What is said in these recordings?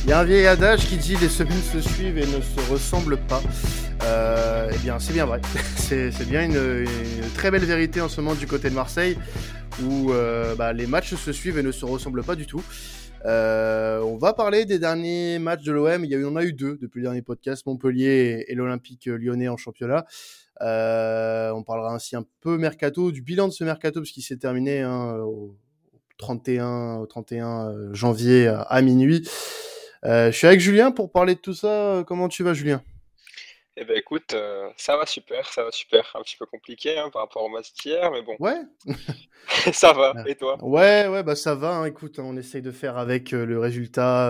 Il y a un vieil adage qui dit les semaines se suivent et ne se ressemblent pas. Eh bien, c'est bien vrai. c'est bien une très belle vérité en ce moment du côté de Marseille, où les matchs se suivent et ne se ressemblent pas du tout. On va parler des derniers matchs de l'OM. Il y en a eu deux depuis le dernier podcast, Montpellier et l'Olympique Lyonnais en championnat. On parlera ainsi un peu mercato, du bilan de ce mercato, parce qu'il s'est terminé au 31 janvier à minuit. Je suis avec Julien pour parler de tout ça. Comment tu vas, Julien? Eh ben écoute, ça va super, ça va super. Un petit peu compliqué par rapport au match d'hier, mais bon, Ouais. ça va. Et toi? Ouais, bah ça va. Écoute, on essaye de faire avec le résultat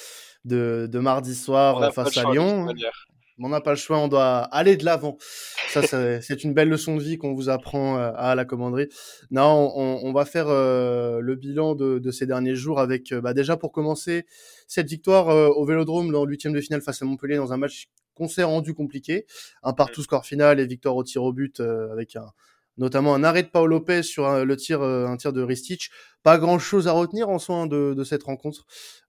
de mardi On soir n'a pas le face à choix de toute Lyon. manière. On n'a pas le choix, on doit aller de l'avant. Ça, c'est une belle leçon de vie qu'on vous apprend à la commanderie. Non, on va faire le bilan de ces derniers jours avec, déjà pour commencer, cette victoire au Vélodrome dans le huitième de finale face à Montpellier dans un match qu'on s'est rendu compliqué. Un Mm. partout score final et victoire au tir au but avec notamment un arrêt de Paul Lopez sur le tir, un tir de Ristic. Pas grand chose à retenir en soi de cette rencontre.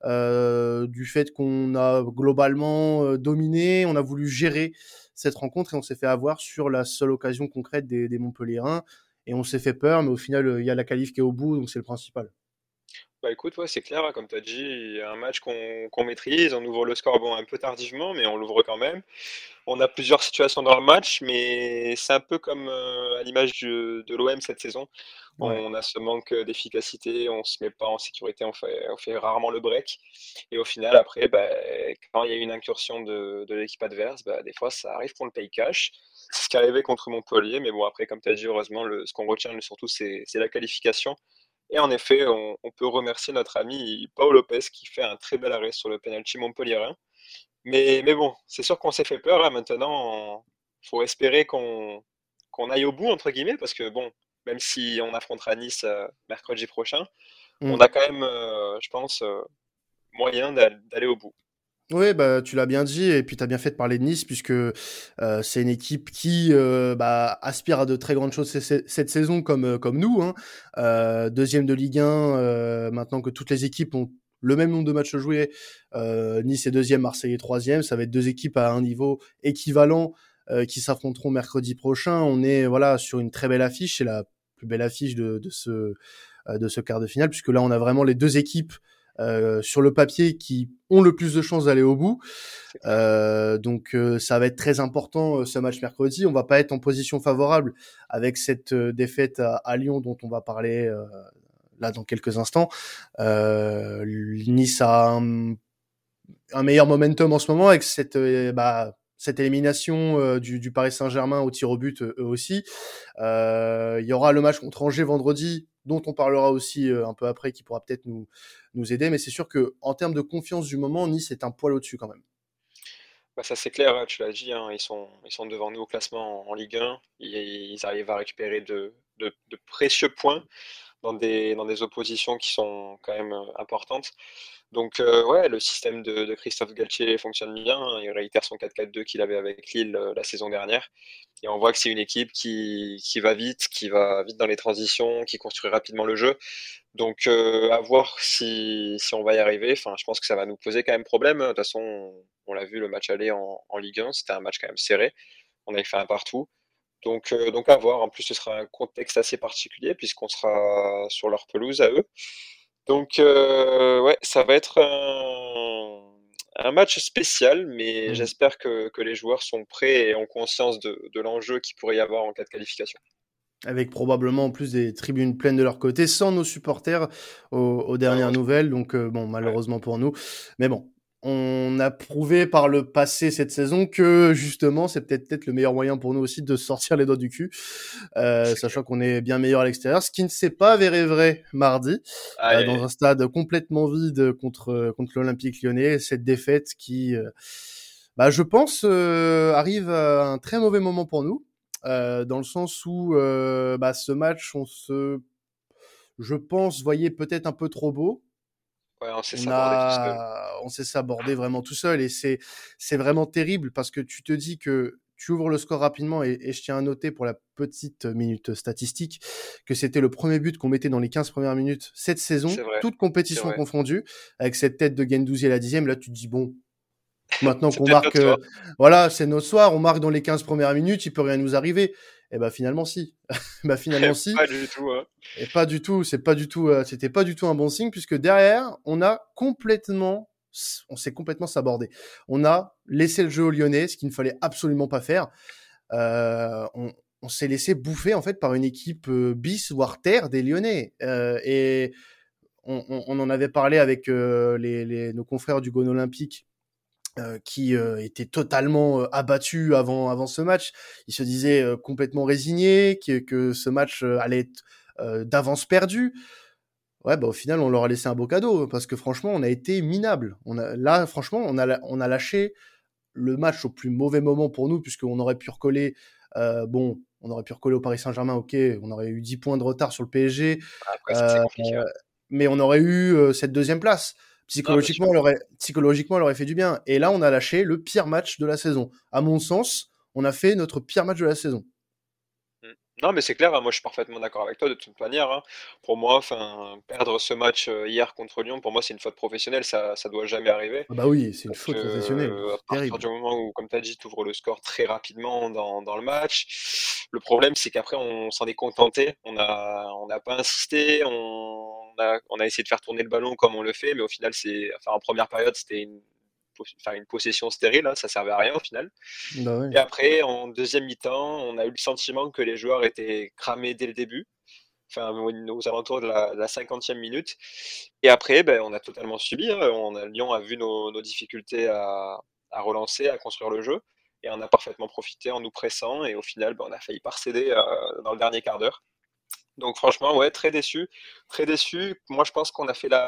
Du fait qu'on a globalement dominé, on a voulu gérer cette rencontre et on s'est fait avoir sur la seule occasion concrète des Montpelliérains et on s'est fait peur, mais au final, il y a la qualif qui est au bout, donc c'est le principal. Bah écoute, ouais, c'est clair, comme tu as dit, un match qu'on maîtrise, on ouvre le score bon, un peu tardivement, mais on l'ouvre quand même. On a plusieurs situations dans le match, mais c'est un peu comme à l'image de l'OM cette saison. Ouais. On a ce manque d'efficacité, on se met pas en sécurité, on fait rarement le break. Et au final, après, bah, quand il y a une incursion de l'équipe adverse, bah, des fois, ça arrive qu'on le paye cash. C'est ce qui est arrivé contre Montpellier, mais bon, après, comme tu as dit, heureusement, ce qu'on retient surtout, c'est la qualification. Et en effet, on peut remercier notre ami Paul Lopez qui fait un très bel arrêt sur le penalty montpelliérain. Mais bon, c'est sûr qu'on s'est fait peur. Maintenant, il faut espérer qu'on aille au bout, entre guillemets, parce que bon, même si on affrontera Nice mercredi prochain, on Mm. a quand même, je pense, moyen d'aller au bout. Oui, bah, tu l'as bien dit, et puis tu as bien fait de parler de Nice, puisque c'est une équipe qui aspire à de très grandes choses cette saison, comme nous. Hein. Deuxième de Ligue 1, maintenant que toutes les équipes ont le même nombre de matchs joués, Nice est deuxième, Marseille est troisième, ça va être deux équipes à un niveau équivalent qui s'affronteront mercredi prochain. On est voilà sur une très belle affiche, c'est la plus belle affiche de ce quart de finale, puisque là on a vraiment les deux équipes sur le papier qui ont le plus de chances d'aller au bout. C'est clair. Donc ça va être très important ce match mercredi. On va pas être en position favorable avec cette défaite à Lyon dont on va parler là dans quelques instants. Nice a un meilleur momentum en ce moment avec cette élimination du Paris Saint-Germain au tir au but eux aussi. Il y aura le match contre Angers vendredi, dont on parlera aussi un peu après, qui pourra peut-être nous aider. Mais c'est sûr que en termes de confiance du moment, Nice est un poil au-dessus quand même. Bah, ça c'est clair, tu l'as dit, ils sont devant nous au classement en Ligue 1. Ils arrivent à récupérer de précieux points dans des oppositions qui sont quand même importantes. Donc ouais, le système de Christophe Galtier fonctionne bien. Il réitère son 4-4-2 qu'il avait avec Lille la saison dernière. Et on voit que c'est une équipe qui va vite dans les transitions, qui construit rapidement le jeu. Donc à voir si on va y arriver. Enfin, je pense que ça va nous poser quand même problème. De toute façon, on l'a vu le match aller en Ligue 1, c'était un match quand même serré. On avait fait un partout. Donc à voir. En plus, ce sera un contexte assez particulier puisqu'on sera sur leur pelouse à eux. Donc, ouais, ça va être un match spécial, mais Mm. j'espère que les joueurs sont prêts et ont conscience de l'enjeu qu'il pourrait y avoir en cas de qualification. Avec probablement en plus des tribunes pleines de leur côté, sans nos supporters aux dernières Malheureusement. nouvelles. Donc bon, Ouais. malheureusement pour nous. Mais bon, on a prouvé par le passé cette saison que justement, c'est peut-être le meilleur moyen pour nous aussi de sortir les doigts du cul, C'est clair. sachant qu'on est bien meilleur à l'extérieur, ce qui ne s'est pas avéré vrai mardi, Aïe, aïe, dans aïe. un stade complètement vide contre l'Olympique Lyonnais. Cette défaite qui, je pense, arrive à un très mauvais moment pour nous. Dans le sens où ce match, je pense, voyait peut-être un peu trop beau. Ouais, on s'est On sabordé tout seul. a, on s'est sabordé vraiment tout seul et c'est vraiment terrible parce que tu te dis que tu ouvres le score rapidement et je tiens à noter pour la petite minute statistique que c'était le premier but qu'on mettait dans les 15 premières minutes cette saison, C'est vrai, toute c'est compétition vrai. confondue, avec cette tête de Guendouzi à la 10e. Là, tu te dis, bon, maintenant C'est qu'on peut-être marque, notre soir. voilà, c'est notre soir, on marque dans les 15 premières minutes, il peut rien nous arriver. Et ben finalement si. Bah finalement si. Pas du tout, hein. Et pas du tout, c'était pas du tout un bon signe puisque derrière, on s'est complètement sabordé. On a laissé le jeu aux Lyonnais, ce qu'il ne fallait absolument pas faire. On s'est laissé bouffer en fait par une équipe bis voire terre des Lyonnais. Et on en avait parlé avec nos confrères du Gone Olympique qui était totalement abattu avant ce match. Il se disait complètement résigné, que ce match allait être d'avance perdu. Ouais, bah au final, on leur a laissé un beau cadeau parce que franchement, on a été minable. Là, franchement, on a lâché le match au plus mauvais moment pour nous puisqu'on aurait pu recoller. On aurait pu recoller au Paris Saint-Germain, ok, on aurait eu 10 points de retard sur le PSG, Après, ça, c'est euh, compliqué, hein. mais on aurait eu cette deuxième place. Non, bien sûr. Psychologiquement, elle aurait fait du bien. Et là, on a lâché le pire match de la saison. À mon sens, on a fait notre pire match de la saison. Mm. Non, mais c'est clair, hein, moi je suis parfaitement d'accord avec toi de toute manière, hein. Pour moi, enfin, perdre ce match hier contre Lyon, pour moi c'est une faute professionnelle, ça doit jamais arriver. Ah bah oui, c'est une Parce faute professionnelle. que à C'est partir terrible. du moment où, comme tu as dit, tu ouvres le score très rapidement dans le match, le problème c'est qu'après on s'en est contenté, on n'a pas insisté, on a essayé de faire tourner le ballon comme on le fait, mais au final, enfin, en première période, c'était enfin, une possession stérile, hein, ça servait à rien au final. Bah ouais. Et après, en deuxième mi-temps, on a eu le sentiment que les joueurs étaient cramés dès le début, enfin aux alentours de la 50e minute. Et après, ben, on a totalement subi, hein. Lyon a vu nos difficultés à relancer, à construire le jeu, et on a parfaitement profité en nous pressant. Et au final, ben, on a failli pas céder dans le dernier quart d'heure. Donc franchement, ouais, très déçu, très déçu. Moi, je pense qu'on a fait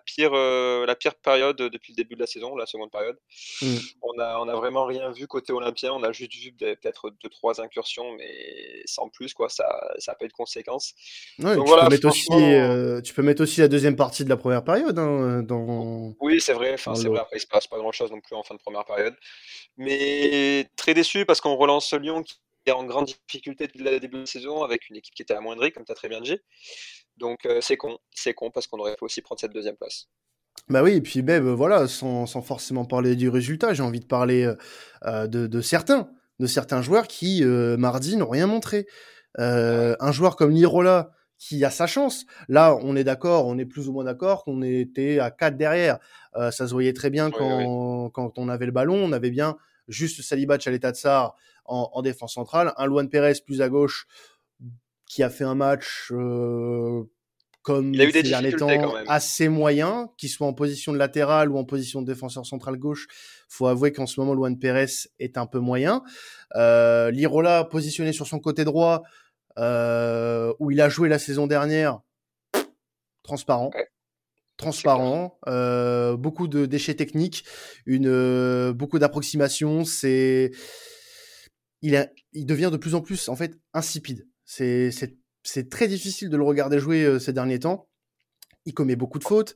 la pire période depuis le début de la saison, la seconde période. Mm. On a vraiment rien vu côté olympien. On a juste vu peut-être deux, trois incursions, mais sans plus, quoi. Ça a pas eu de conséquences. Ouais, Donc voilà, franchement, tu peux mettre aussi la deuxième partie de la première période hein, oui, c'est vrai. Enfin, dans c'est vrai. le. Après, il se passe pas grand-chose non plus en fin de première période. Mais très déçu parce qu'on relance Lyon qui est en grande difficulté depuis le début de la saison avec une équipe qui était amoindrie, comme tu as très bien dit. Donc c'est con parce qu'on aurait pu aussi prendre cette deuxième place. Bah oui, et puis même, voilà, sans forcément parler du résultat, j'ai envie de parler de certains joueurs qui, mardi, n'ont rien montré. Ah ouais. Un joueur comme Lirola, qui a sa chance. Là, on est d'accord, on est plus ou moins d'accord qu'on était à 4 derrière. Ça se voyait très bien Oui, oui. quand on avait le ballon, on avait bien juste Saliba Tchaleta Tsar en défense centrale, un Luan Pérez plus à gauche qui a fait un match Il a comme eu des ces derniers difficultés quand temps, même. assez moyen, qu'il soit en position de latéral ou en position de défenseur central gauche. Faut avouer qu'en ce moment, Luan Pérez est un peu moyen. Lirola, positionné sur son côté droit, où il a joué la saison dernière, transparent. Ouais, c'est clair. Transparent, beaucoup de déchets techniques, beaucoup d'approximations. Il devient de plus en plus en fait insipide. C'est très difficile de le regarder jouer ces derniers temps. Il commet beaucoup de fautes.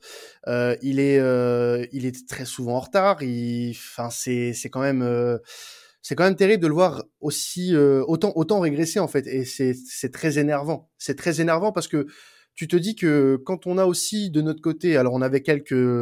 Il est très souvent en retard. Enfin, c'est quand même terrible de le voir aussi autant régresser en fait. Et c'est très énervant. C'est très énervant parce que tu te dis que quand on a aussi de notre côté, alors on avait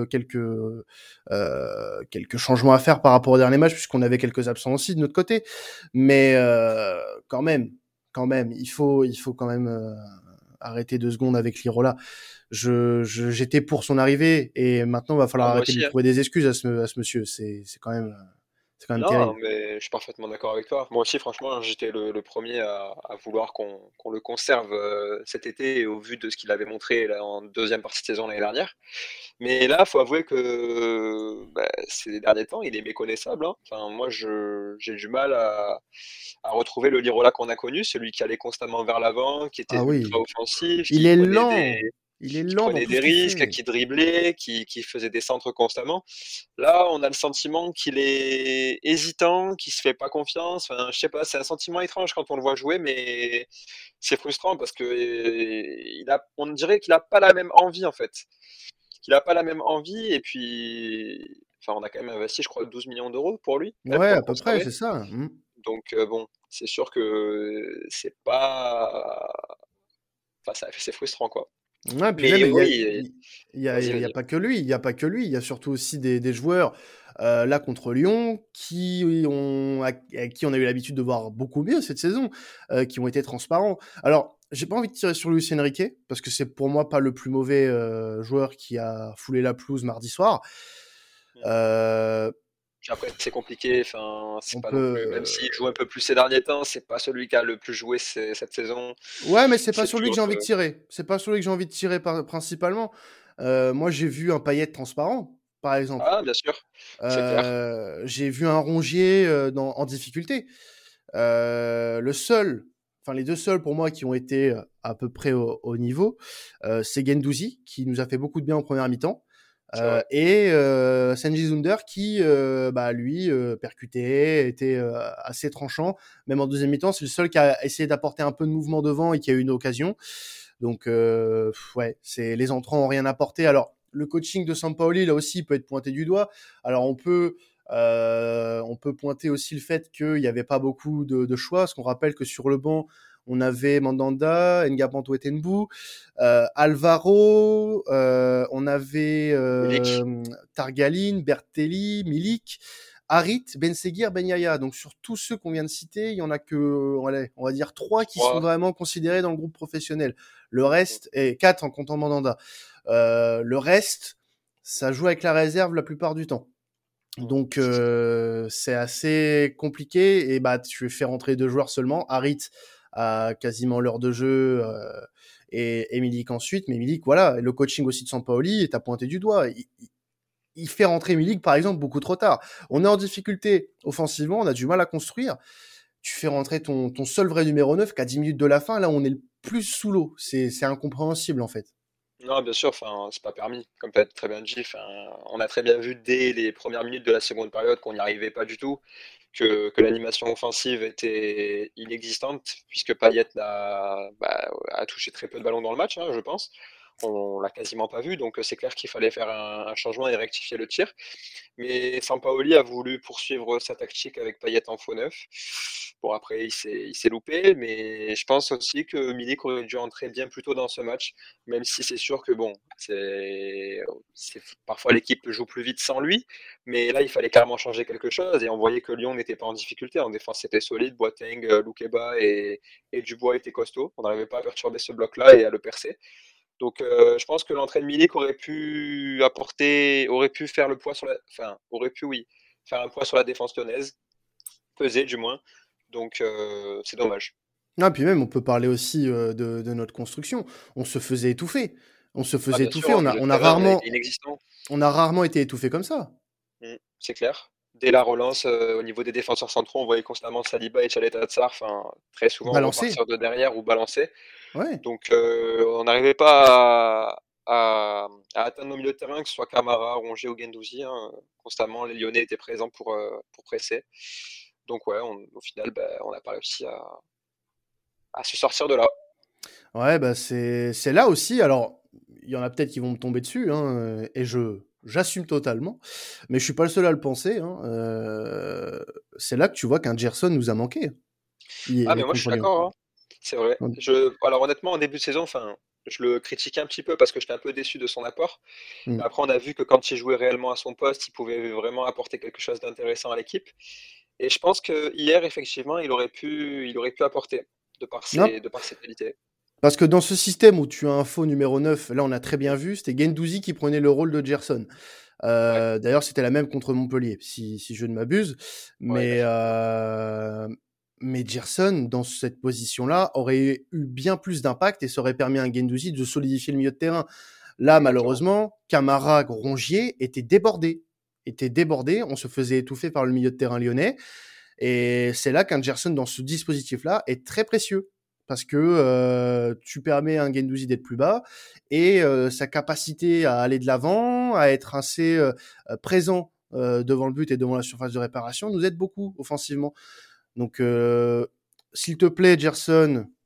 quelques changements à faire par rapport au dernier match puisqu'on avait quelques absents aussi de notre côté, mais quand même, il faut quand même arrêter 2 secondes avec Lirola. J'étais pour son arrivée et maintenant il va Ah, falloir moi arrêter de aussi, lui hein. trouver des excuses à ce monsieur. C'est quand même Non, terrible. mais je suis parfaitement d'accord avec toi. Moi aussi, franchement, j'étais le premier à vouloir qu'on le conserve cet été au vu de ce qu'il avait montré là, en deuxième partie de saison l'année dernière. Mais là, faut avouer que bah, ces derniers temps, il est méconnaissable, hein. Enfin, moi, j'ai du mal à retrouver le Lirola qu'on a connu, celui qui allait constamment vers l'avant, qui était Ah ultra oui, offensif, il est lent. Il est qui lent dans prenait tout des ce qu'il risques, fait. qui driblait, qui faisait des centres constamment. Là, on a le sentiment qu'il est hésitant, qu'il se fait pas confiance. Enfin, je sais pas, c'est un sentiment étrange quand on le voit jouer, mais c'est frustrant parce que on dirait qu'il a pas la même envie en fait. Qu'il a pas la même envie et puis, enfin, on a quand même investi, je crois, 12 millions d'euros pour lui, Ouais, pour à le peu près, conserver. c'est ça. Donc bon, c'est sûr que c'est pas, enfin, c'est frustrant quoi. Ouais, puis même Mais il y a, oui, vas-y, il y a vas-y. pas que lui, il y a pas que lui, il y a surtout aussi des joueurs là contre Lyon avec qui on a eu l'habitude de voir beaucoup mieux cette saison, qui ont été transparents. Alors, j'ai pas envie de tirer sur Luis Enrique parce que c'est pour moi pas le plus mauvais joueur qui a foulé la pelouse mardi soir. Euh, Puis après, c'est compliqué. Enfin, c'est on pas peut, non plus. Même s'il joue un peu plus ces derniers temps, c'est pas celui qui a le plus joué cette saison. ouais, mais c'est pas C'est sur lui que toujours. j'ai envie de tirer. C'est pas sur lui que j'ai envie de tirer principalement. Moi, j'ai vu un Payet transparent, par exemple. Ah, bien sûr, c'est clair. J'ai vu un Rongier en difficulté. Le seul, enfin les deux seuls pour moi qui ont été à peu près au niveau, c'est Guendouzi qui nous a fait beaucoup de bien en première mi-temps. C'est vrai. Et Sanji Zunder qui, bah, lui, percutait, était assez tranchant. Même en deuxième mi-temps, c'est le seul qui a essayé d'apporter un peu de mouvement devant et qui a eu une occasion. Donc, ouais, c'est les entrants ont rien apporté. Alors, le coaching de Sampaoli, là aussi, peut être pointé du doigt. Alors, on peut pointer aussi le fait qu'il n'y avait pas beaucoup de choix, parce qu'on rappelle que sur le banc, on avait Mandanda, Ngabanto Etenbu, Alvaro, on avait Milik. Targaline, Bertelli, Milik, Harit, Ben Seguir, Ben Yaya. Donc sur tous ceux qu'on vient de citer, il y en a que, allez, on va dire trois qui sont 3. vraiment considérés dans le groupe professionnel. Le reste, et quatre en comptant Mandanda. Le reste, ça joue avec la réserve la plupart du temps. Donc c'est assez compliqué et bah tu fais rentrer deux joueurs seulement. Harit a quasiment l'heure de jeu et Milik ensuite, mais Milik voilà, le coaching aussi de Sampaoli est à pointer du doigt. Il fait rentrer Milik par exemple beaucoup trop tard. On est en difficulté offensivement, on a du mal à construire. Tu fais rentrer ton seul vrai numéro 9 qu'à 10 minutes de la fin, là on est le plus sous l'eau. C'est incompréhensible en fait. Non, bien sûr, enfin, c'est pas permis, comme tu as très bien dit. Enfin, on a très bien vu dès les premières minutes de la seconde période qu'on n'y arrivait pas du tout, que l'animation offensive était inexistante, puisque Payet a touché très peu de ballons dans le match, hein, je pense. On l'a quasiment pas vu, donc c'est clair qu'il fallait faire un changement et rectifier le tir. Mais Sampaoli a voulu poursuivre sa tactique avec Payet en faux neuf. Bon, après, il s'est loupé, mais je pense aussi que Milik aurait dû entrer bien plus tôt dans ce match, même si c'est sûr que bon, parfois l'équipe joue plus vite sans lui, mais là, il fallait carrément changer quelque chose, et on voyait que Lyon n'était pas en difficulté. En défense, c'était solide, Boateng, Loukeba et Dubois étaient costauds. On n'arrivait pas à perturber ce bloc-là et à le percer. Donc, je pense que l'entrée de Milik aurait pu faire le poids sur enfin, aurait pu, oui, faire un poids sur la défense lyonnaise, peser du moins. Donc, c'est dommage. Ah, puis même, on peut parler aussi de notre construction. On se faisait étouffer. On se Ah, faisait bien sûr, étouffer. au milieu de terrain, on a été inexistant. On a rarement été étouffé comme ça. C'est clair. Dès la relance, au niveau des défenseurs centraux, on voyait constamment Saliba et Tchaleta Tsar, enfin, très souvent Balancé. repartir de derrière ou balancer. Ouais. Donc, on n'arrivait pas à atteindre nos milieux de terrain, que ce soit Camara, Rongier ou Guendouzi, hein. Constamment, les Lyonnais étaient présents pour presser. Donc, ouais, au final, on n'a pas réussi à se sortir de là. Ouais, bah c'est là aussi. Alors, il y en a peut-être qui vont me tomber dessus, hein, et j'assume totalement. Mais je suis pas le seul à le penser. Hein. C'est là que tu vois qu'un Gerson nous a manqué. Ah, mais moi, je suis Contre Lyon. d'accord, hein. C'est vrai. Alors, honnêtement, en début de saison, enfin, je le critiquais un petit peu parce que j'étais un peu déçu de son apport. Mm. Mais après, on a vu que quand il jouait réellement à son poste, il pouvait vraiment apporter quelque chose d'intéressant à l'équipe. Et je pense que hier, effectivement, il aurait pu apporter Non, de par ses qualités. parce que dans ce système où tu as un faux numéro 9, là on a très bien vu, c'était Guendouzi qui prenait le rôle de Gerson. Ouais, D'ailleurs, c'était la même contre Montpellier, si je ne m'abuse. ouais, il a Mais, fait le boulot. mais Gerson, dans cette position-là, aurait eu bien plus d'impact et ça aurait permis à un Guendouzi de solidifier le milieu de terrain. Là, Exactement. malheureusement, Camara, Rongier étaient débordés. On se faisait étouffer par le milieu de terrain lyonnais. Et c'est là qu'un Gerson, dans ce dispositif-là, est très précieux. Parce que tu permets à un Guendouzi d'être plus bas et sa capacité à aller de l'avant, à être assez présent devant le but et devant la surface de réparation nous aide beaucoup offensivement. Donc, s'il te plaît, Gerson,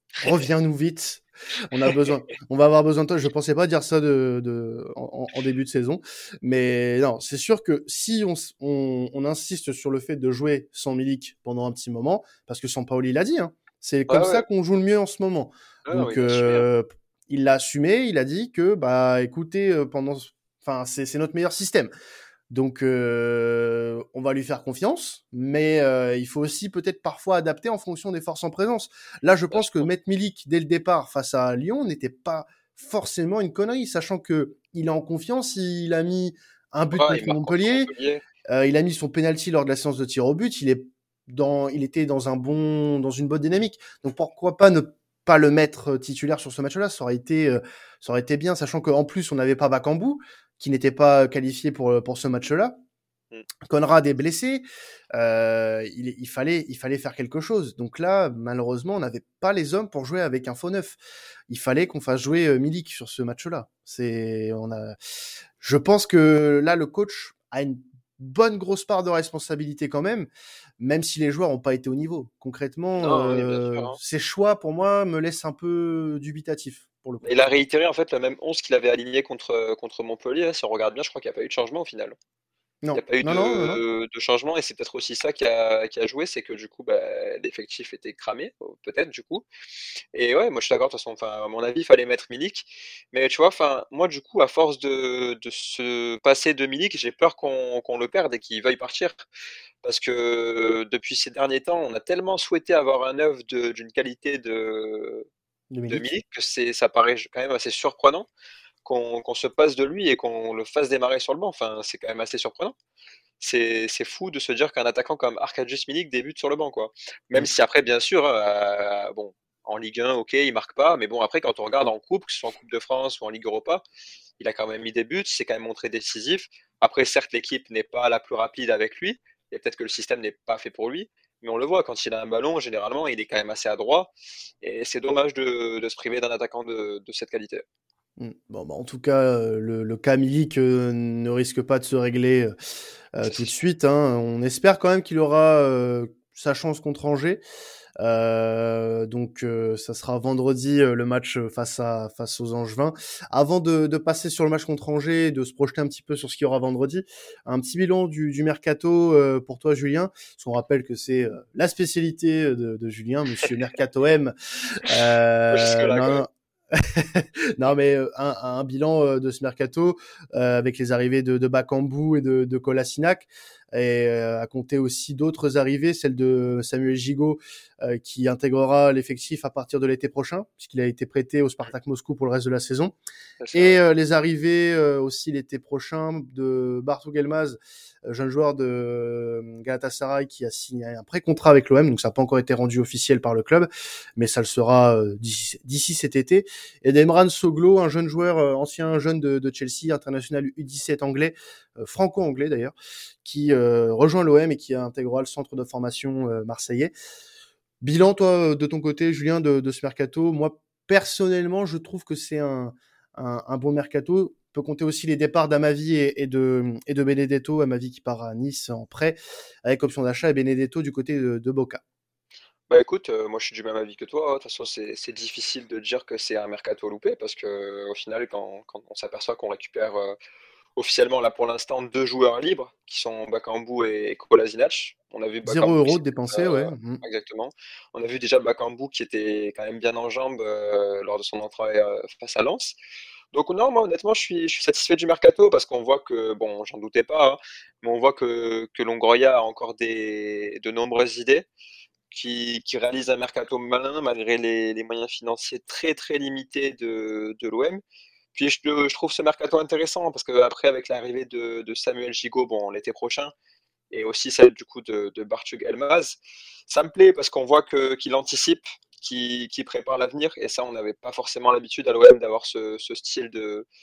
reviens-nous vite. On va avoir besoin de toi. Je pensais pas dire ça en début de saison, mais non, c'est sûr que si on insiste sur le fait de jouer sans Milik pendant un petit moment, parce que Sampaoli l'a dit, hein, c'est Ouais, comme ça ouais. qu'on joue le mieux en ce moment. Ah non, Donc, il a assumé, hein. il l'a assumé, il a dit que, bah, écoutez, enfin, c'est notre meilleur système. Donc, on va lui faire confiance, mais il faut aussi peut-être parfois adapter en fonction des forces en présence. Là, je Bien pense que sûr. mettre Milik dès le départ face à Lyon n'était pas forcément une connerie, sachant que il est en confiance, il a mis un but Ouais, il contre marque contre Montpellier, Montpellier. il a mis son penalty lors de la séance de tir au but, il était dans une bonne dynamique. Donc pourquoi pas ne pas le mettre titulaire sur ce match-là, ça aurait été bien, sachant qu'en plus on n'avait pas Bakambu, qui n'était pas qualifié pour ce match-là. Mm. Conrad est blessé, il fallait faire quelque chose. Donc là, malheureusement, on n'avait pas les hommes pour jouer avec un faux neuf. Il fallait qu'on fasse jouer Milik sur ce match-là. Je pense que là, le coach a une bonne grosse part de responsabilité quand même si les joueurs n'ont pas été au niveau. Concrètement, Non, oui, bien sûr, hein. ces choix, pour moi, me laissent un peu dubitatif, pour le coup. Il a réitéré en fait le même 11 qu'il avait aligné contre Montpellier. Si on regarde bien, je crois qu'il n'y a pas eu de changement au final. Il Non, n'y a pas eu non, non, non, non. de changement et c'est peut-être aussi ça qui a joué, c'est que du coup bah, l'effectif était cramé, peut-être du coup. Et ouais, moi je suis d'accord de toute façon, enfin, à mon avis il fallait mettre Milik. Mais tu vois, enfin, moi du coup à force de se passer de Milik, j'ai peur qu'on le perde et qu'il veuille partir. Parce que depuis ces derniers temps, on a tellement souhaité avoir un œuf d'une qualité De de Milik. Milik que ça paraît quand même assez surprenant qu'on se passe de lui et qu'on le fasse démarrer sur le banc. Enfin, c'est quand même assez surprenant. C'est fou de se dire qu'un attaquant comme Arkadiusz Milik débute sur le banc, quoi. Même Mm. si après, bien sûr, bon, en Ligue 1, ok, il marque pas, mais bon, après, quand on regarde en coupe, que ce soit en Coupe de France ou en Ligue Europa, il a quand même mis des buts, c'est quand même montré décisif. Après, certes, l'équipe n'est pas la plus rapide avec lui, et peut-être que le système n'est pas fait pour lui, mais on le voit, quand il a un ballon, généralement, il est quand même assez adroit, et c'est dommage de se priver d'un attaquant de cette qualité. Mm. Bon, bah, en tout cas, le cas Milik ne risque pas de se régler Ça, tout c'est de sûr. suite, hein. On espère quand même qu'il aura sa chance contre Angers. Donc ça sera vendredi le match face aux Angevins. Avant de passer sur le match contre Angers, et de se projeter un petit peu sur ce qu'il y aura vendredi, un petit bilan du mercato pour toi Julien. Parce qu'on rappelle que c'est la spécialité de Julien, Monsieur Mercato M. Jusque-là, quand Non, même. non, non, mais un bilan de ce mercato avec les arrivées de Bakambu et de Kolasinac, et à compter aussi d'autres arrivées, celle de Samuel Gigot qui intégrera l'effectif à partir de l'été prochain, puisqu'il a été prêté au Spartak Moscou pour le reste de la saison. C'est ça, Et ouais. les arrivées aussi l'été prochain de Bartou Gelmaz, jeune joueur de Galatasaray qui a signé un pré-contrat avec l'OM, donc ça n'a pas encore été rendu officiel par le club, mais ça le sera d'ici cet été. Et d'Emran Soglo, un jeune joueur, ancien jeune de Chelsea, international U17 anglais, franco-anglais d'ailleurs, qui rejoint l'OM et qui intégrera le centre de formation marseillais. Bilan, toi, de ton côté, Julien, de ce mercato. Moi, personnellement, je trouve que c'est un bon mercato. On peut compter aussi les départs d'Amavi et de Benedetto. Amavi qui part à Nice en prêt, avec option d'achat, et Benedetto du côté de Boca. Bah écoute, moi je suis du même avis que toi, hein. De toute façon, c'est difficile de dire que c'est un mercato loupé parce que au final, quand on s'aperçoit qu'on récupère officiellement là pour l'instant deux joueurs libres qui sont Bakambu et Kolasinac. On a vu 0 Bakambu qui euros de était dépensé, ouais. exactement. On a vu déjà Bakambu qui était quand même bien en jambes lors de son entrée face à Lens. Donc non, moi honnêtement, je suis satisfait du mercato parce qu'on voit que, bon, j'en doutais pas, hein, mais on voit que Longoria a encore de nombreuses idées, qui réalise un mercato malin malgré les moyens financiers très très limités de l'OM. Puis je trouve ce mercato intéressant parce que après avec l'arrivée de Samuel Gigot, bon, l'été prochain, et aussi celle du coup de Bartug Elmaz, ça me plaît parce qu'on voit qu'il anticipe, qu'il prépare l'avenir, et ça on n'avait pas forcément l'habitude à l'OM d'avoir ce style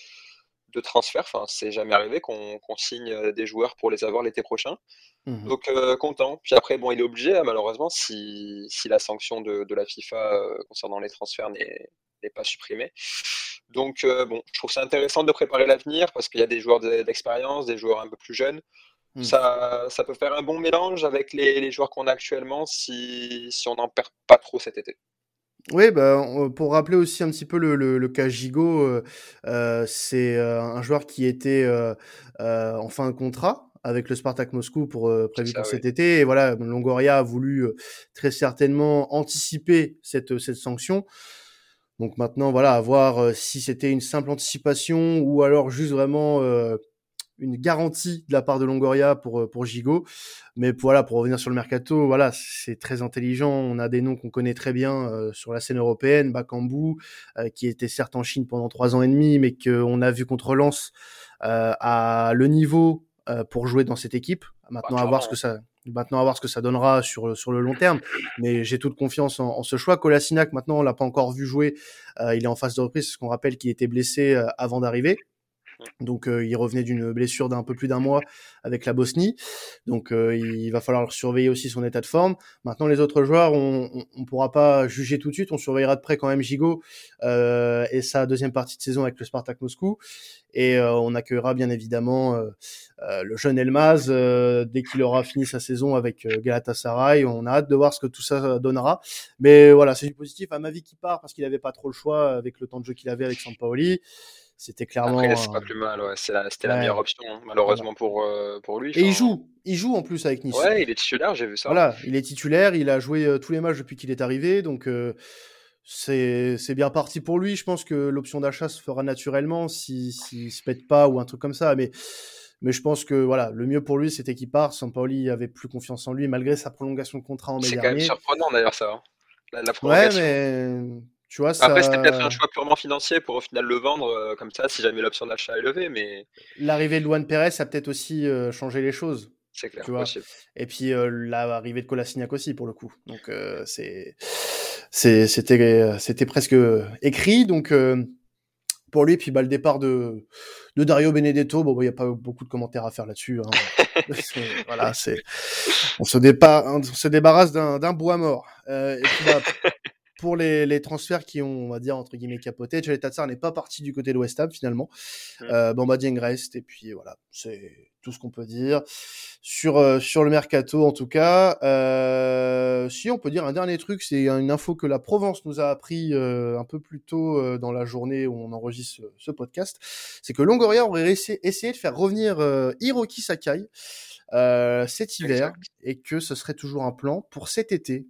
de transfert. Enfin, c'est jamais arrivé qu'on signe des joueurs pour les avoir l'été prochain. Mhm. Donc content. Puis après, bon, il est obligé, hein, malheureusement, si la sanction de la FIFA concernant les transferts n'est pas supprimée. Donc bon, je trouve ça intéressant de préparer l'avenir parce qu'il y a des joueurs d'expérience, des joueurs un peu plus jeunes. Mhm. Ça peut faire un bon mélange avec les joueurs qu'on a actuellement si on n'en perd pas trop cet été. Oui, bah, pour rappeler aussi un petit peu le cas Gigot, c'est un joueur qui était en fin de contrat avec le Spartak Moscou C'est prévu ça, pour oui. cet été. Et voilà, Longoria a voulu très certainement anticiper cette sanction. Donc maintenant, voilà, à voir si c'était une simple anticipation ou alors juste vraiment une garantie de la part de Longoria pour Gigot. Mais voilà, pour revenir sur le mercato, voilà, c'est très intelligent. On a des noms qu'on connaît très bien sur la scène européenne, Bakambu, qui était certes en Chine pendant 3 ans et demi, mais qu'on a vu contre Lens à le niveau pour jouer dans cette équipe. Bah, Maintenant, à voir ce clairement, que hein. ça donnera sur le long terme. Mais j'ai toute confiance en ce choix. Kolasinac, maintenant, on l'a pas encore vu jouer. Il est en phase de reprise, parce qu'on rappelle qu'il était blessé avant d'arriver. Donc il revenait d'une blessure d'un peu plus d'un mois avec la Bosnie. Donc il va falloir surveiller aussi son état de forme. Maintenant les autres joueurs, on pourra pas juger tout de suite. On surveillera de près quand même Gigot et sa deuxième partie de saison avec le Spartak Moscou. Et on accueillera bien évidemment le jeune Elmaz dès qu'il aura fini sa saison avec Galatasaray. On a hâte de voir ce que tout ça donnera. Mais voilà, c'est du positif à ma vie qui part parce qu'il avait pas trop le choix avec le temps de jeu qu'il avait avec Sampaoli. C'était Après, c'est pas clairement plus mal, ouais. C'était la meilleure ouais, option, hein, voilà. malheureusement pour lui. Et Enfin, il joue en plus avec Nice. ouais, il est titulaire, j'ai vu ça. Voilà, il est titulaire, il a joué tous les matchs depuis qu'il est arrivé, donc c'est bien parti pour lui. Je pense que l'option d'achat se fera naturellement s'il se pète pas ou un truc comme ça, mais je pense que voilà, le mieux pour lui c'était qu'il parte. Sampaoli avait plus confiance en lui malgré sa prolongation de contrat en mai C'est quand même dernier. surprenant d'ailleurs ça, hein, la Ouais, prolongation. mais tu vois Après, c'était peut-être un ça, choix purement financier pour au final le vendre comme ça, si jamais l'option d'achat est levée, mais l'arrivée de Luan Pérez a peut-être aussi changé les choses. c'est Tu clair, vois. possible. Et puis l'arrivée de Kolasinac aussi pour le coup. Donc c'était presque écrit. Donc pour lui, puis bah le départ de Dario Benedetto, bon il y a pas beaucoup de commentaires à faire là-dessus. Hein. Voilà, on se débarrasse d'un bois mort. Et puis bah pour les transferts qui ont, on va dire, entre guillemets, capoté, Chalet Tatsar n'est pas parti du côté de West Ham, finalement. Mm. Bamba Dieng reste, et puis voilà, c'est tout ce qu'on peut dire. Sur le mercato, en tout cas, si on peut dire un dernier truc, c'est une info que la Provence nous a appris un peu plus tôt dans la journée où on enregistre ce podcast, c'est que Longoria aurait essayé de faire revenir Hiroki Sakai cet hiver, Exact. et que ce serait toujours un plan pour cet été.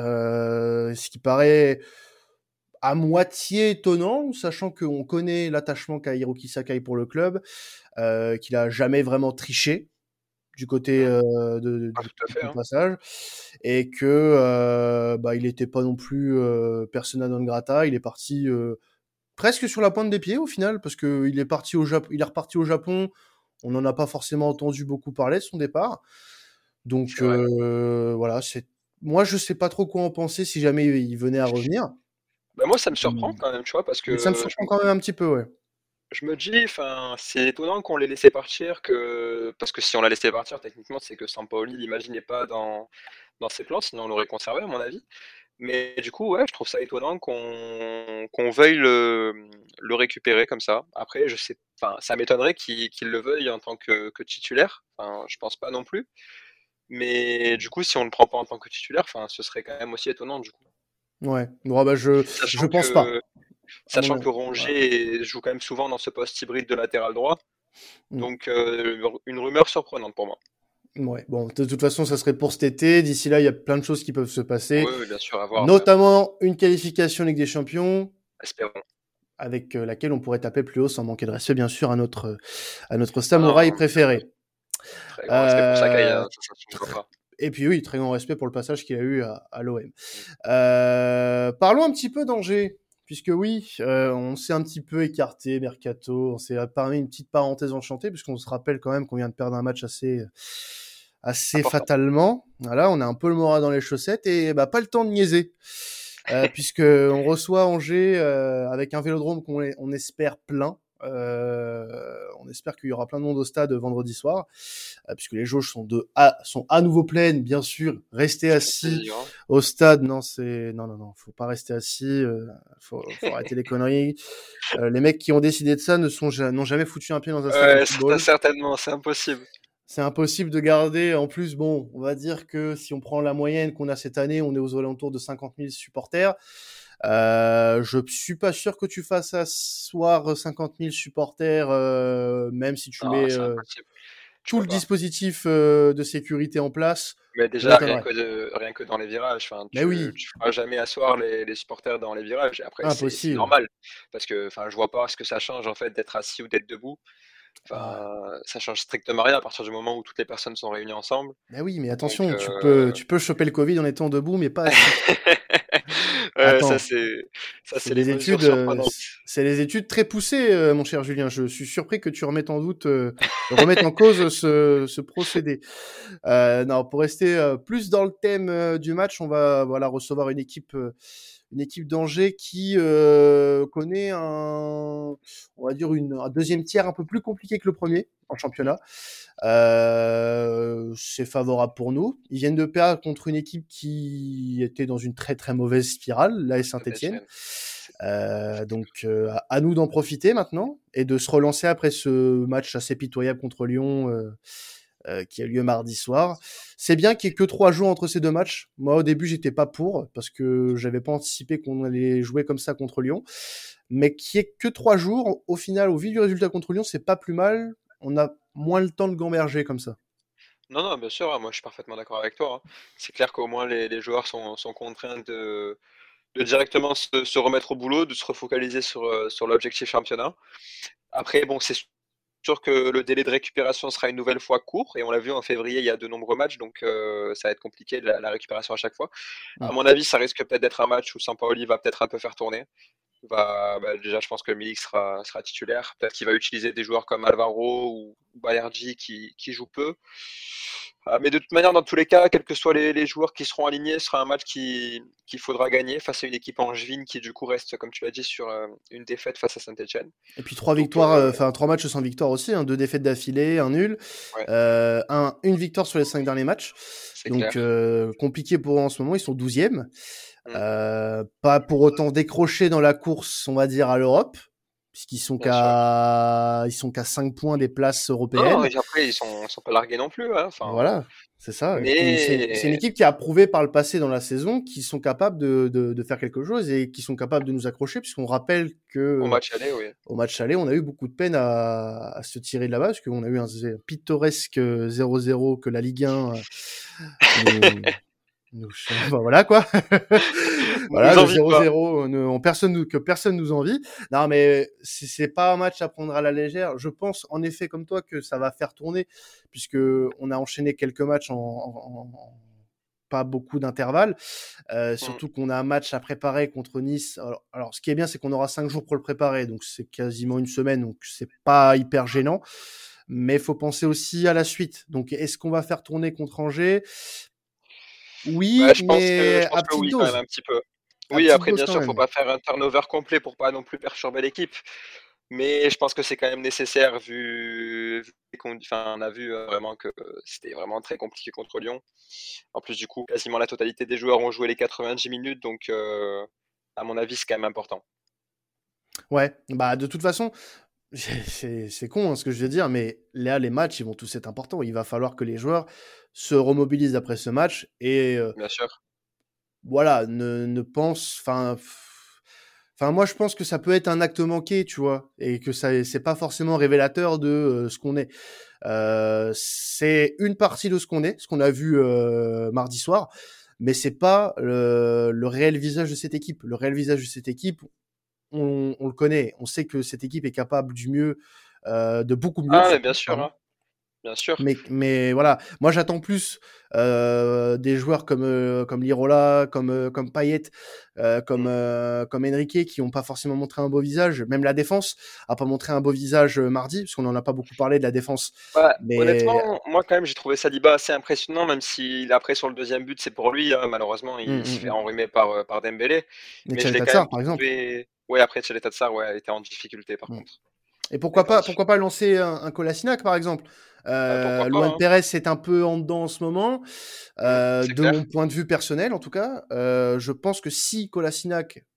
Ce qui paraît à moitié étonnant, sachant qu'on connaît l'attachement qu'a Hiroki Sakai pour le club, qu'il a jamais vraiment triché du côté Mm. Ah, du tout à fait, son hein. passage, et que bah, il n'était pas non plus persona non grata. Il est parti presque sur la pointe des pieds au final, parce que il est reparti au Japon. On n'en a pas forcément entendu beaucoup parler de son départ. Donc C'est vrai. voilà, moi je sais pas trop quoi en penser si jamais il venait à revenir. Bah, moi, ça me surprend Mmh. quand même, tu vois, parce Mais ça me que surprend quand même un petit peu, ouais. je me dis, enfin, c'est étonnant qu'on l'ait laissé partir, parce que si on l'a laissé partir, techniquement, c'est que Sampaoli l'imaginait pas dans ses plans, sinon on l'aurait conservé, à mon avis. Mais du coup, ouais, je trouve ça étonnant qu'on veuille le récupérer comme ça. Après, je sais, enfin, ça m'étonnerait qu'il le veuille en tant que titulaire. Enfin, je pense pas non plus. Mais du coup, si on le prend pas en tant que titulaire, enfin, ce serait quand même aussi étonnant du coup. Ouais. Bon, bah, je Sachant pense pas, que, à mon sachant avis. que Voilà. Rongier joue quand même souvent dans ce poste hybride de latéral droit. Mmh. Donc, une rumeur surprenante pour moi. Ouais. Bon, de toute façon, ça serait pour cet été. D'ici là, il y a plein de choses qui peuvent se passer, Oui, oui, bien sûr, à voir, mais notamment une qualification Ligue des Champions, espérons. avec laquelle on pourrait taper plus haut sans manquer de respect, bien sûr, à notre Ah samouraï non, préféré. très grand respect pour Sakai, Euh, hein, ça ne se voit pas. et puis oui, très grand respect pour le passage qu'il a eu à l'OM. Mm. Parlons un petit peu d'Angers, puisque oui, on s'est un petit peu écarté, Mercato, on s'est permis une petite parenthèse enchantée, puisqu'on se rappelle quand même qu'on vient de perdre un match assez Important. fatalement. Voilà, on a un peu le moral dans les chaussettes, et bah, pas le temps de niaiser. Puisque on reçoit Angers avec un vélodrome on espère plein. On espère qu'il y aura plein de monde au stade vendredi soir, puisque les jauges sont à nouveau pleines, bien sûr. Rester Ça fait assis plaisir, hein. au stade, non, faut pas rester assis, faut arrêter les conneries. Les mecs qui ont décidé de ça n'ont jamais foutu un pied dans un stade de Ouais, football. certainement, c'est impossible. C'est impossible de garder. En plus, bon, on va dire que si on prend la moyenne qu'on a cette année, on est aux alentours de 50 000 supporters. Je suis pas sûr que tu fasses asseoir 50 000 supporters, même si tu Non, mets c'est impossible. Tu tout peux le pas. dispositif de sécurité en place. Mais Ça déjà, m'étonnerait. rien que dans les virages, enfin, Mais oui, tu feras jamais asseoir les supporters dans les virages. Et après, c'est impossible. normal. Parce que, enfin, je vois pas ce que ça change, en fait, d'être assis ou d'être debout. Ah. Enfin, ça change strictement rien à partir du moment où toutes les personnes sont réunies ensemble. Mais oui, mais Donc, attention, tu peux choper le Covid en étant debout, mais pas assis. ouais, Attends, ça, c'est les mesures surprenantes. c'est des études très poussées, mon cher Julien. Je suis surpris que tu remettes en doute, remettes en cause ce procédé. Non, pour rester plus dans le thème du match, on va voilà recevoir une équipe d'Angers qui connaît on va dire un deuxième tiers un peu plus compliqué que le premier en championnat. C'est favorable pour nous. Ils viennent de perdre contre une équipe qui était dans une très très mauvaise spirale, l'AS Saint-Etienne. Saint-Etienne. Donc à nous d'en profiter maintenant et de se relancer après ce match assez pitoyable contre Lyon qui a lieu mardi soir. C'est bien qu'il y ait que 3 jours entre ces deux matchs. Moi, au début, j'étais pas pour parce que j'avais pas anticipé qu'on allait jouer comme ça contre Lyon. Mais qu'il y ait que 3 jours, au final, au vu du résultat contre Lyon, c'est pas plus mal. On a moins le temps de gamberger comme ça. Non, non, bien sûr, hein, moi je suis parfaitement d'accord avec toi, hein. C'est clair qu'au moins les joueurs sont contraints de directement se remettre au boulot, de se refocaliser sur l'objectif championnat. Après, bon, c'est sûr que le délai de récupération sera une nouvelle fois court, et on l'a vu en février, il y a de nombreux matchs, donc ça va être compliqué la récupération à chaque fois. À Mm. mon avis, ça risque peut-être d'être un match où Sampaoli va peut-être un peu faire tourner. Déjà, je pense que Milik sera titulaire. Peut-être qu'il va utiliser des joueurs comme Alvaro ou Balerdi qui jouent peu. Mais de toute manière, dans tous les cas, quels que soient les joueurs qui seront alignés, ce sera un match qu'il faudra gagner face à une équipe angevine qui, du coup, reste, comme tu l'as dit, sur une défaite face à Saint-Etienne. Et puis 3 Donc, victoires, enfin 3 matchs sans victoire aussi, hein, 2 défaites d'affilée, un nul, ouais, une victoire sur les 5 derniers matchs. c'est Donc clair. compliqué pour eux en ce moment, ils sont 12e. Mm, Pas pour autant décrocher dans la course, on va dire, à l'Europe, puisqu'ils bien sûr. ils sont qu'à 5 points des places Non, européennes. et après, ils sont pas largués non plus, hein. Enfin, Voilà, c'est ça. Et puis c'est une mais équipe qui a prouvé par le passé dans la saison qu'ils sont capables de faire quelque chose et qui sont capables de nous accrocher, puisqu'on rappelle que au match aller, oui. au match aller, on a eu beaucoup de peine à se tirer de là-bas, parce qu'on a eu un pittoresque 0-0 que la Ligue 1 nous, enfin, voilà quoi. Voilà, Nous le envie pas. 0-0 que personne nous envie. Non, mais c'est pas un match à prendre à la légère. Je pense en effet comme toi que ça va faire tourner, puisque on a enchaîné quelques matchs en pas beaucoup d'intervalles. Mm. Surtout qu'on a un match à préparer contre Nice. Alors ce qui est bien, c'est qu'on aura 5 jours pour le préparer, donc c'est quasiment une semaine, donc c'est pas hyper gênant. Mais il faut penser aussi à la suite. Donc est-ce qu'on va faire tourner contre Angers? Ouais, Oui, je mais pense à que petite oui, quand même, dose. un petit peu. À Oui, petite après, dose bien quand sûr, faut même. pas faire un turnover complet pour pas non plus perturber l'équipe. Mais je pense que c'est quand même nécessaire vu enfin, on a vu vraiment que c'était vraiment très compliqué contre Lyon. En plus, du coup, quasiment la totalité des joueurs ont joué les 90 minutes, donc à mon avis, c'est quand même important. Ouais, bah de toute façon, c'est con hein, ce que je vais dire, mais là, les matchs, ils vont tous être importants. Il va falloir que les joueurs se remobilisent après ce match et Bien sûr. voilà, ne pense, enfin, moi, je pense que ça peut être un acte manqué, tu vois, et que ça, c'est pas forcément révélateur de ce qu'on est. C'est une partie de ce qu'on a vu mardi soir, mais c'est pas le réel visage de cette équipe. Le réel visage de cette équipe, on le connaît. On sait que cette équipe est capable du mieux, de beaucoup mieux, Ah, mais bien surtout, sûr, pardon. hein, bien sûr. Mais voilà, moi j'attends plus des joueurs comme Lirola, comme Payet, Mm. comme Enrique qui n'ont pas forcément montré un beau visage. Même la défense a pas montré un beau visage mardi, parce qu'on n'en a pas beaucoup parlé de la défense. Bah, Mais honnêtement, moi quand même, j'ai trouvé Saliba assez impressionnant, même si après sur le deuxième but, c'est pour lui, hein. Malheureusement, il se fait mm. enrhumer par Dembélé. Mais Mais je Tchale l'ai quand même Tatsar, par exemple. trouvé. Ouais, après, Tcheleta Tsar, ouais, elle était en difficulté par Mm. contre. Et Elle était en pourquoi pas difficulté. lancer un Kolasinac, par exemple. Pourquoi pas, Luan hein. Pérez est un peu en dedans en ce moment. C'est De mon clair. point de vue personnel, en tout cas, je pense que si Kolasinac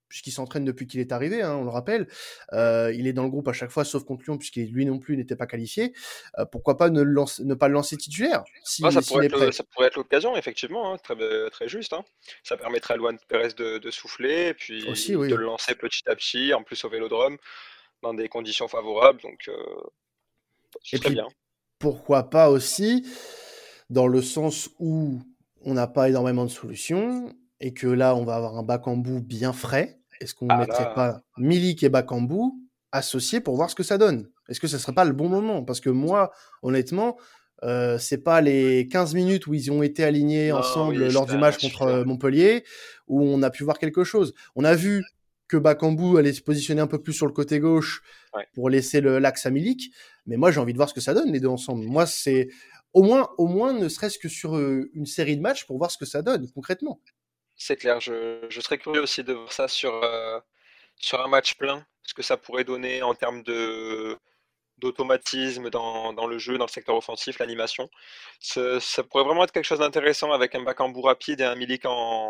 puisqu'il s'entraîne depuis qu'il est arrivé, hein, on le rappelle. Il est dans le groupe à chaque fois, sauf contre Lyon, puisqu'il lui non plus n'était pas qualifié. Pourquoi pas ne pas le lancer titulaire s'il est prêt. Ça pourrait être l'occasion, effectivement, hein, très juste, hein. Ça permettrait à Luan Pérez de souffler, et Aussi, puis de oui. le lancer petit à petit, en plus au Vélodrome, dans des conditions favorables, donc ce Et serait puis, bien. pourquoi pas aussi, dans le sens où on n'a pas énormément de solutions, et que là, on va avoir un Bakambu bien frais. Est-ce qu'on Ah mettrait là, pas Milik et Bakambu associés pour voir ce que ça donne? Est-ce que ça serait pas le bon moment? Parce que moi, honnêtement, c'est pas les 15 minutes où ils ont été alignés non, ensemble oui, lors c'était du match contre insuffisant. Montpellier où on a pu voir quelque chose. On a vu que Bakambu allait se positionner un peu plus sur le côté gauche Ouais. pour laisser l'axe à Milik, mais moi j'ai envie de voir ce que ça donne les deux ensemble. Moi c'est au moins ne serait-ce que sur une série de matchs pour voir ce que ça donne concrètement. C'est clair, je serais curieux aussi de voir ça sur un match plein, ce que ça pourrait donner en termes d'automatisme dans le jeu, dans le secteur offensif, l'animation. Ça pourrait vraiment être quelque chose d'intéressant avec un Bakambu rapide et un Milik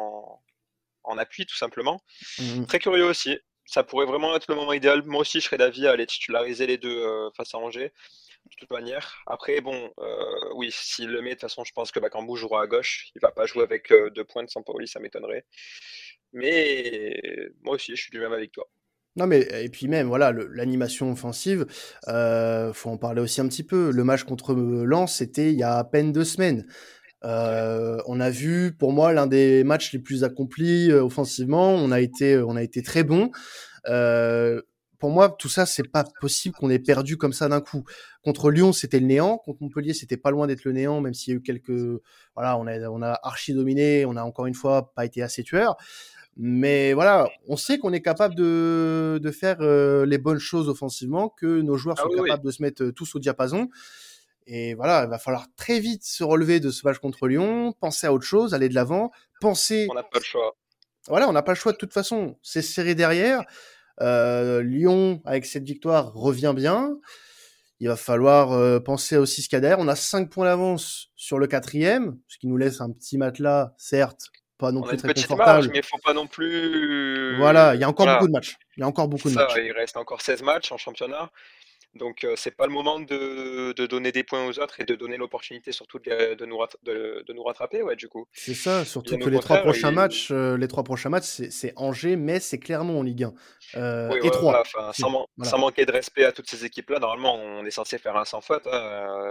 en appui, tout simplement. Mhm. Très curieux aussi. Ça pourrait vraiment être le moment idéal. Moi aussi, je serais d'avis à aller titulariser les deux face à Angers, de toute manière. Après, bon, oui, s'il le met, de toute façon, je pense que Bakambu jouera à gauche. Il va pas jouer avec deux pointes sans Paoli, ça m'étonnerait. Mais moi aussi, je suis du même avec toi. Non mais et puis même voilà l'animation offensive, faut en parler aussi un petit peu. Le match contre Lens, c'était il y a à peine 2 semaines. Ouais. On a vu, pour moi, l'un des matchs les plus accomplis offensivement. On a été très bon. Euh, pour moi, tout ça, c'est pas possible qu'on ait perdu comme ça d'un coup. Contre Lyon, c'était le néant. Contre Montpellier, c'était pas loin d'être le néant, même s'il y a eu voilà, on a archi dominé. On a encore une fois pas été assez tueur. Mais voilà, on sait qu'on est capable de faire les bonnes choses offensivement, que nos joueurs Ah sont oui, oui, capables de se mettre tous au diapason. Et voilà, il va falloir très vite se relever de ce match contre Lyon, penser à autre chose, aller de l'avant, on penser. n'a pas le choix. Voilà, on n'a pas le choix de toute façon. C'est serré derrière. Lyon, avec cette victoire, revient bien. Il va falloir penser aussi ce qu'il y a derrière. On a 5 points d'avance sur le quatrième, ce qui nous laisse un petit matelas, certes, pas non On a plus une très petite marge, confortable. mais il faut pas non Voilà, il plus. y a encore beaucoup Voilà, de matchs. Il y a encore beaucoup c'est de ça. matchs. Il reste encore 16 matchs en championnat. Donc, c'est pas le moment de donner des points aux autres et de donner l'opportunité surtout de nous rattraper, ouais, du coup. C'est ça, surtout Bien que au les trois contraire, prochains matchs, c'est Angers, Metz, c'est Clermont en Ligue 1. oui, Et voilà, 3 enfin, aussi. sans Voilà, manquer de respect à toutes ces équipes-là, normalement, on est censé faire un sans faute, hein,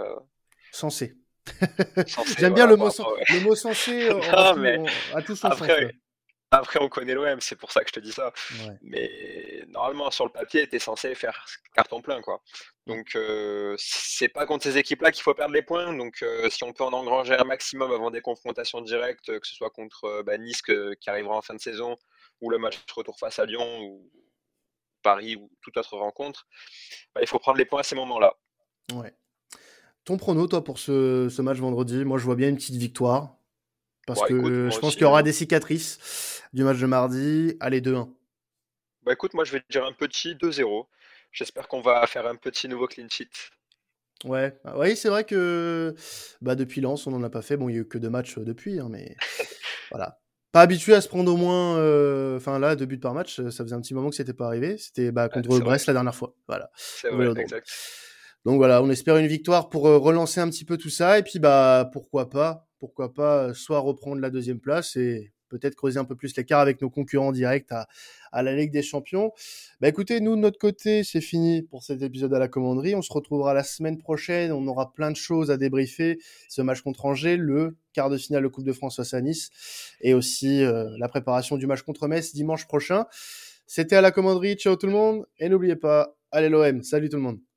censé. censé, J'aime bien voilà. le Bon, mot, après, ouais. le mot censé Non, mais a tout son sens, après, ouais. après, on connaît l'OM, c'est pour ça que je te dis ça. Ouais. Mais normalement, sur le papier, tu es censé faire carton plein, quoi. Mm. Donc, c'est pas contre ces équipes-là qu'il faut perdre les points. Donc, si on peut en engranger un maximum avant des confrontations directes, que ce soit contre Nice qui arrivera en fin de saison, ou le match retour face à Lyon, ou Paris, ou toute autre rencontre, bah, il faut prendre les points à ces moments-là. Ouais. Ton prono, toi, pour ce match vendredi? Moi, je vois bien une petite victoire. Parce Bon, écoute, que moi je pense aussi, qu'il y aura hein. des cicatrices du match de mardi. Allez, 2-1. Bah, écoute, moi, je vais te dire un petit 2-0. J'espère qu'on va faire un petit nouveau clean sheet. Ouais, ah, oui, c'est vrai que bah, depuis Lens, on n'en a pas fait. Bon, il n'y a eu que 2 matchs depuis, hein, mais voilà. Pas habitué à se prendre au moins, enfin là, 2 buts par match, ça faisait un petit moment que c'était pas arrivé. C'était bah, Ouais, contre c'est vrai, Brest la dernière fois, voilà, c'est au vrai, Vélodrome. exact. Donc voilà, on espère une victoire pour relancer un petit peu tout ça. Et puis bah pourquoi pas, soit reprendre la deuxième place et peut-être creuser un peu plus l'écart avec nos concurrents directs à la Ligue des Champions. Bah écoutez, nous de notre côté, c'est fini pour cet épisode à la commanderie. On se retrouvera la semaine prochaine. On aura plein de choses à débriefer. Ce match contre Angers, le quart de finale de Coupe de France face à Nice, et aussi la préparation du match contre Metz dimanche prochain. C'était à la commanderie. Ciao tout le monde et n'oubliez pas, allez l'OM. Salut tout le monde.